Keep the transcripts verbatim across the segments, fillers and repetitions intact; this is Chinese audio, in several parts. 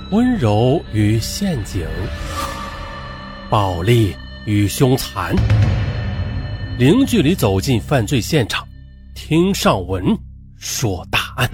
温柔与陷阱，暴力与凶残，零距离走进犯罪现场，听上文说大案。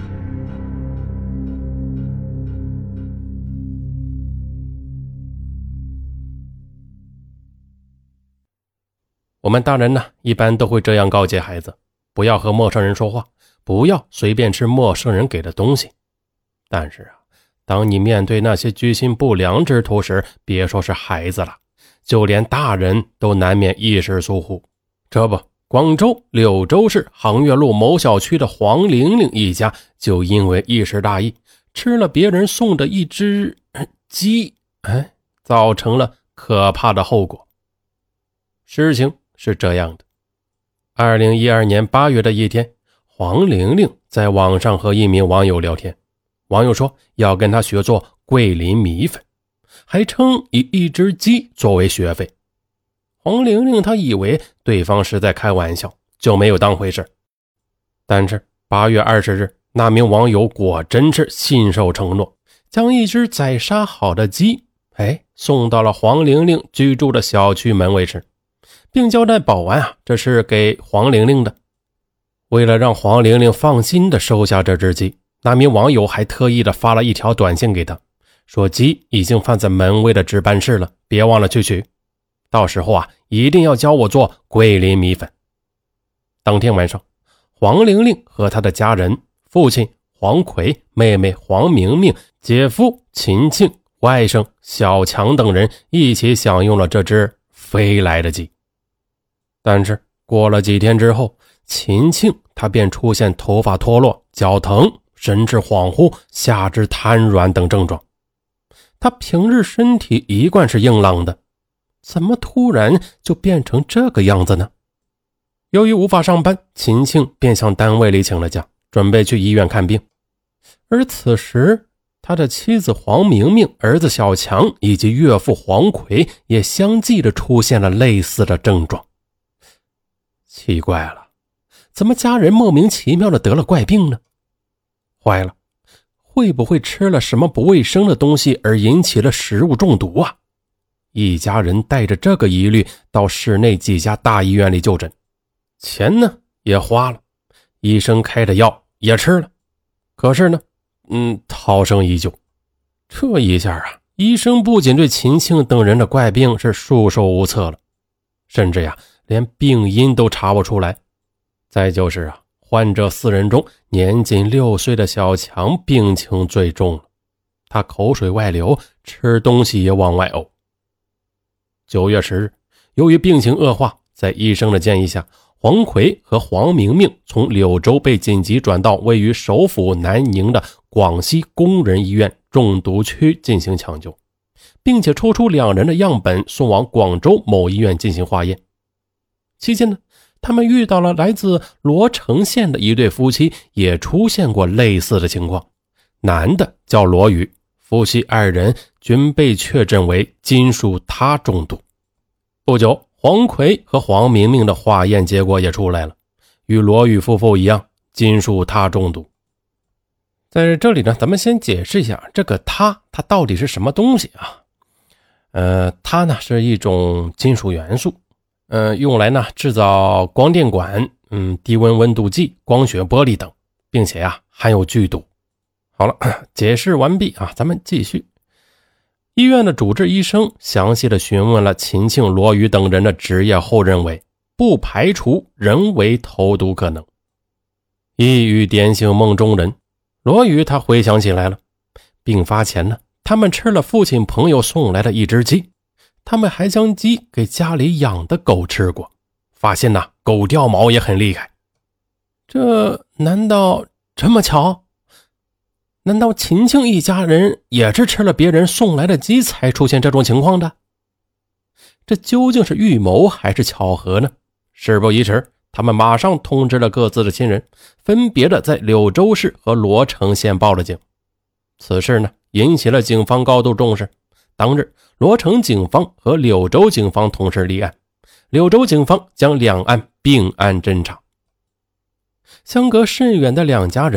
我们大人呢，一般都会这样告诫孩子，不要和陌生人说话，不要随便吃陌生人给的东西。但是啊，当你面对那些居心不良之徒时，别说是孩子了，就连大人都难免一时疏忽。这不，广州柳州市杭月路某小区的黄玲玲一家就因为一时大意，吃了别人送的一只鸡，哎，造成了可怕的后果。事情是这样的，二零一二年八月的一天，黄玲玲在网上和一名网友聊天，网友说要跟他学做桂林米粉，还称以一只鸡作为学费。黄玲玲她以为对方是在开玩笑，就没有当回事。但是八月二十日，那名网友果真是信守承诺，将一只宰杀好的鸡哎，送到了黄玲玲居住的小区门卫室，并交代保安啊，这是给黄玲玲的。为了让黄玲玲放心的收下这只鸡，那名网友还特意的发了一条短信给她，说鸡已经放在门卫的值班室了，别忘了去取。到时候啊，一定要教我做桂林米粉。当天晚上，黄玲玲和她的家人，父亲黄奎、妹妹黄明明、姐夫秦庆、外甥小强等人一起享用了这只飞来的鸡。但是过了几天之后，秦庆他便出现头发脱落、脚疼、神志恍惚、下肢瘫软等症状。他平日身体一贯是硬朗的，怎么突然就变成这个样子呢？由于无法上班，秦庆便向单位里请了假，准备去医院看病。而此时他的妻子黄明明、儿子小强以及岳父黄奎也相继的出现了类似的症状。奇怪了，怎么家人莫名其妙的得了怪病呢？坏了，会不会吃了什么不卫生的东西而引起了食物中毒啊？一家人带着这个疑虑到市内几家大医院里就诊，钱呢也花了，医生开的药也吃了，可是呢嗯，涛声依旧。这一下啊，医生不仅对秦庆等人的怪病是束手无策了，甚至呀连病因都查不出来。再就是啊，患者四人中年仅六岁的小强病情最重了，他口水外流，吃东西也往外呕。九月十日，由于病情恶化，在医生的建议下，黄奎和黄明明从柳州被紧急转到位于首府南宁的广西工人医院中毒区进行抢救，并且抽出两人的样本送往广州某医院进行化验。期间呢，他们遇到了来自罗城县的一对夫妻，也出现过类似的情况。男的叫罗宇，夫妻二人均被确诊为金属铊中毒。不久，黄奎和黄明明的化验结果也出来了，与罗宇夫妇一样，金属铊中毒。在这里呢，咱们先解释一下这个铊它到底是什么东西啊？呃，铊呢是一种金属元素，呃，用来呢制造光电管、嗯低温温度计、光学玻璃等，并且啊含有剧毒。好了，解释完毕啊，咱们继续。医院的主治医生详细的询问了秦庆、罗宇等人的职业后认为，不排除人为投毒可能。一语点醒梦中人，罗宇他回想起来了，病发前呢，他们吃了父亲朋友送来的一只鸡，他们还将鸡给家里养的狗吃过，发现呢狗掉毛也很厉害。这难道这么巧？难道秦庆一家人也是吃了别人送来的鸡才出现这种情况的？这究竟是预谋还是巧合呢？事不宜迟，他们马上通知了各自的亲人，分别的在柳州市和罗城县报了警。此事呢，引起了警方高度重视。当日，罗城警方和柳州警方同时立案，柳州警方将两案并案侦查。相隔甚远的两家人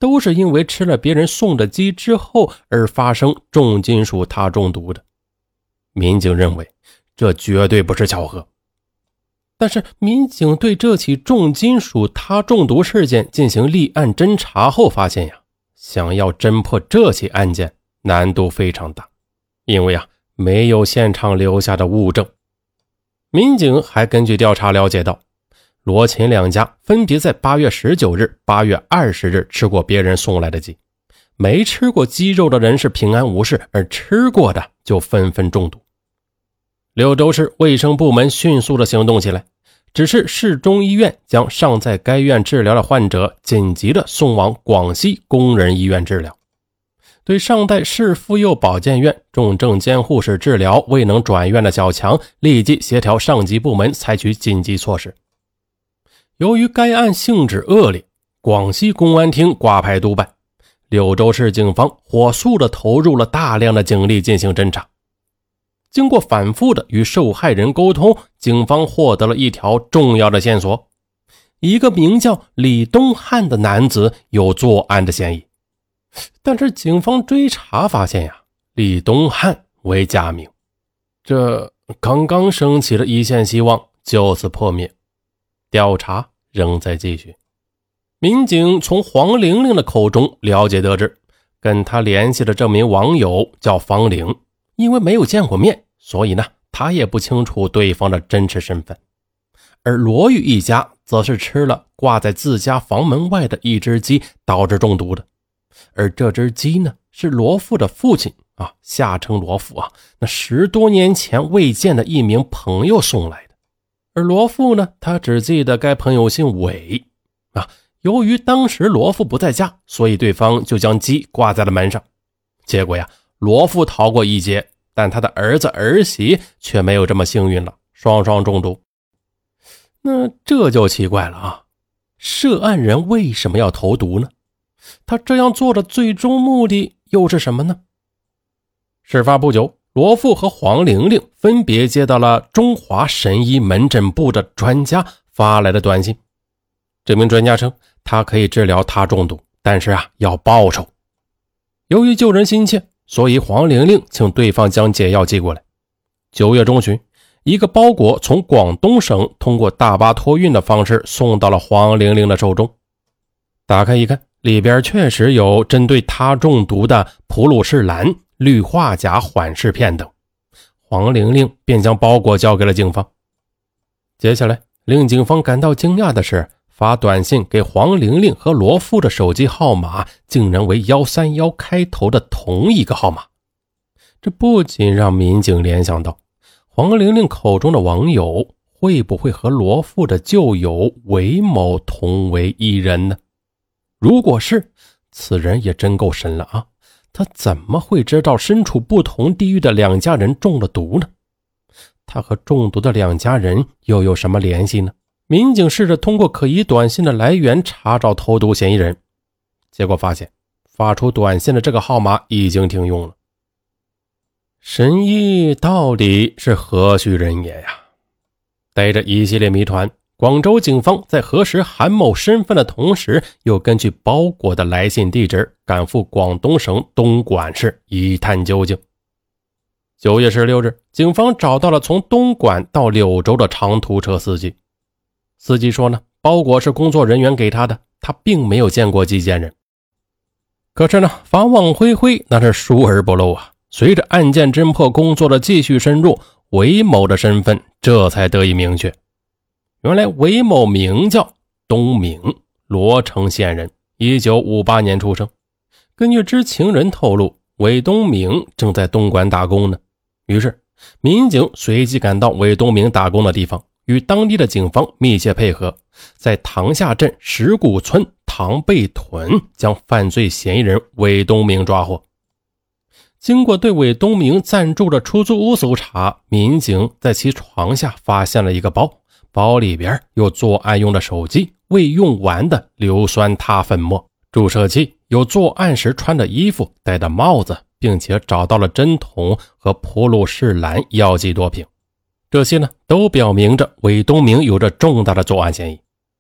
都是因为吃了别人送的鸡之后而发生重金属铊中毒的。民警认为这绝对不是巧合。但是民警对这起重金属铊中毒事件进行立案侦查后发现呀，想要侦破这起案件难度非常大，因为啊没有现场留下的物证。民警还根据调查了解到，罗秦两家分别在八月十九日、八月二十日吃过别人送来的鸡，没吃过鸡肉的人是平安无事，而吃过的就纷纷中毒。柳州市卫生部门迅速地行动起来，指示市中医院将尚在该院治疗的患者紧急地送往广西工人医院治疗。对尚在市妇幼保健院重症监护室治疗未能转院的小强，立即协调上级部门采取紧急措施。由于该案性质恶劣，广西公安厅挂牌督办，柳州市警方火速地投入了大量的警力进行侦查。经过反复的与受害人沟通，警方获得了一条重要的线索，一个名叫李东汉的男子有作案的嫌疑。但是警方追查发现呀，李东汉为假名，这刚刚升起的一线希望就此破灭。调查仍在继续。民警从黄玲玲的口中了解得知，跟他联系的这名网友叫方玲，因为没有见过面，所以呢他也不清楚对方的真实身份。而罗玉一家则是吃了挂在自家房门外的一只鸡导致中毒的。而这只鸡呢，是罗富的父亲啊，下称罗富啊，那十多年前未见的一名朋友送来的。而罗富呢，他只记得该朋友姓韦啊。由于当时罗富不在家，所以对方就将鸡挂在了门上。结果呀，罗富逃过一劫，但他的儿子儿媳却没有这么幸运了，双双中毒。那这就奇怪了啊，涉案人为什么要投毒呢？他这样做的最终目的又是什么呢？事发不久，罗富和黄玲玲分别接到了中华神医门诊部的专家发来的短信。这名专家称，他可以治疗铊中毒，但是啊，要报酬。由于救人心切，所以黄玲玲请对方将解药寄过来。九月中旬，一个包裹从广东省通过大巴托运的方式送到了黄玲玲的手中。打开一看，里边确实有针对铊中毒的普鲁士蓝、氯化钾缓释片等。黄玲玲便将包裹交给了警方。接下来令警方感到惊讶的是，发短信给黄玲玲和罗富的手机号码竟然为一三一开头的同一个号码。这不仅让民警联想到黄玲玲口中的网友会不会和罗富的旧友韦某同为一人呢？如果是，此人也真够神了啊！他怎么会知道身处不同地域的两家人中了毒呢？他和中毒的两家人又有什么联系呢？民警试着通过可疑短信的来源查找投毒嫌疑人，结果发现发出短信的这个号码已经停用了。神医到底是何许人也呀？带着一系列谜团，广州警方在核实韩某身份的同时，又根据包裹的来信地址赶赴广东省东莞市一探究竟。九月十六日，警方找到了从东莞到柳州的长途车司机。司机说呢，包裹是工作人员给他的，他并没有见过寄件人。可是呢，法网恢恢，那是疏而不漏啊。随着案件侦破工作的继续深入，韦某的身份这才得以明确。原来韦某名叫东明，罗城县人，一九五八年出生。根据知情人透露，韦东明正在东莞打工呢。于是民警随即赶到韦东明打工的地方，与当地的警方密切配合，在塘下镇石鼓村塘背屯将犯罪嫌疑人韦东明抓获。经过对韦东明暂住的出租屋搜查，民警在其床下发现了一个包，包里边有作案用的手机、未用完的硫酸铊粉末、注射器，有作案时穿的衣服、戴的帽子，并且找到了针筒和普鲁士蓝药剂多瓶。这些呢，都表明着韦东明有着重大的作案嫌疑。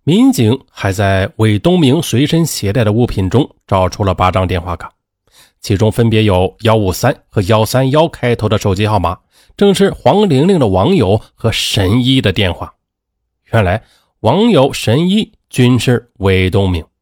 民警还在韦东明随身携带的物品中找出了八张电话卡，其中分别有一五三和一三一开头的手机号码，正是黄玲玲的网友和神医的电话。原来网友神医均是韦东明。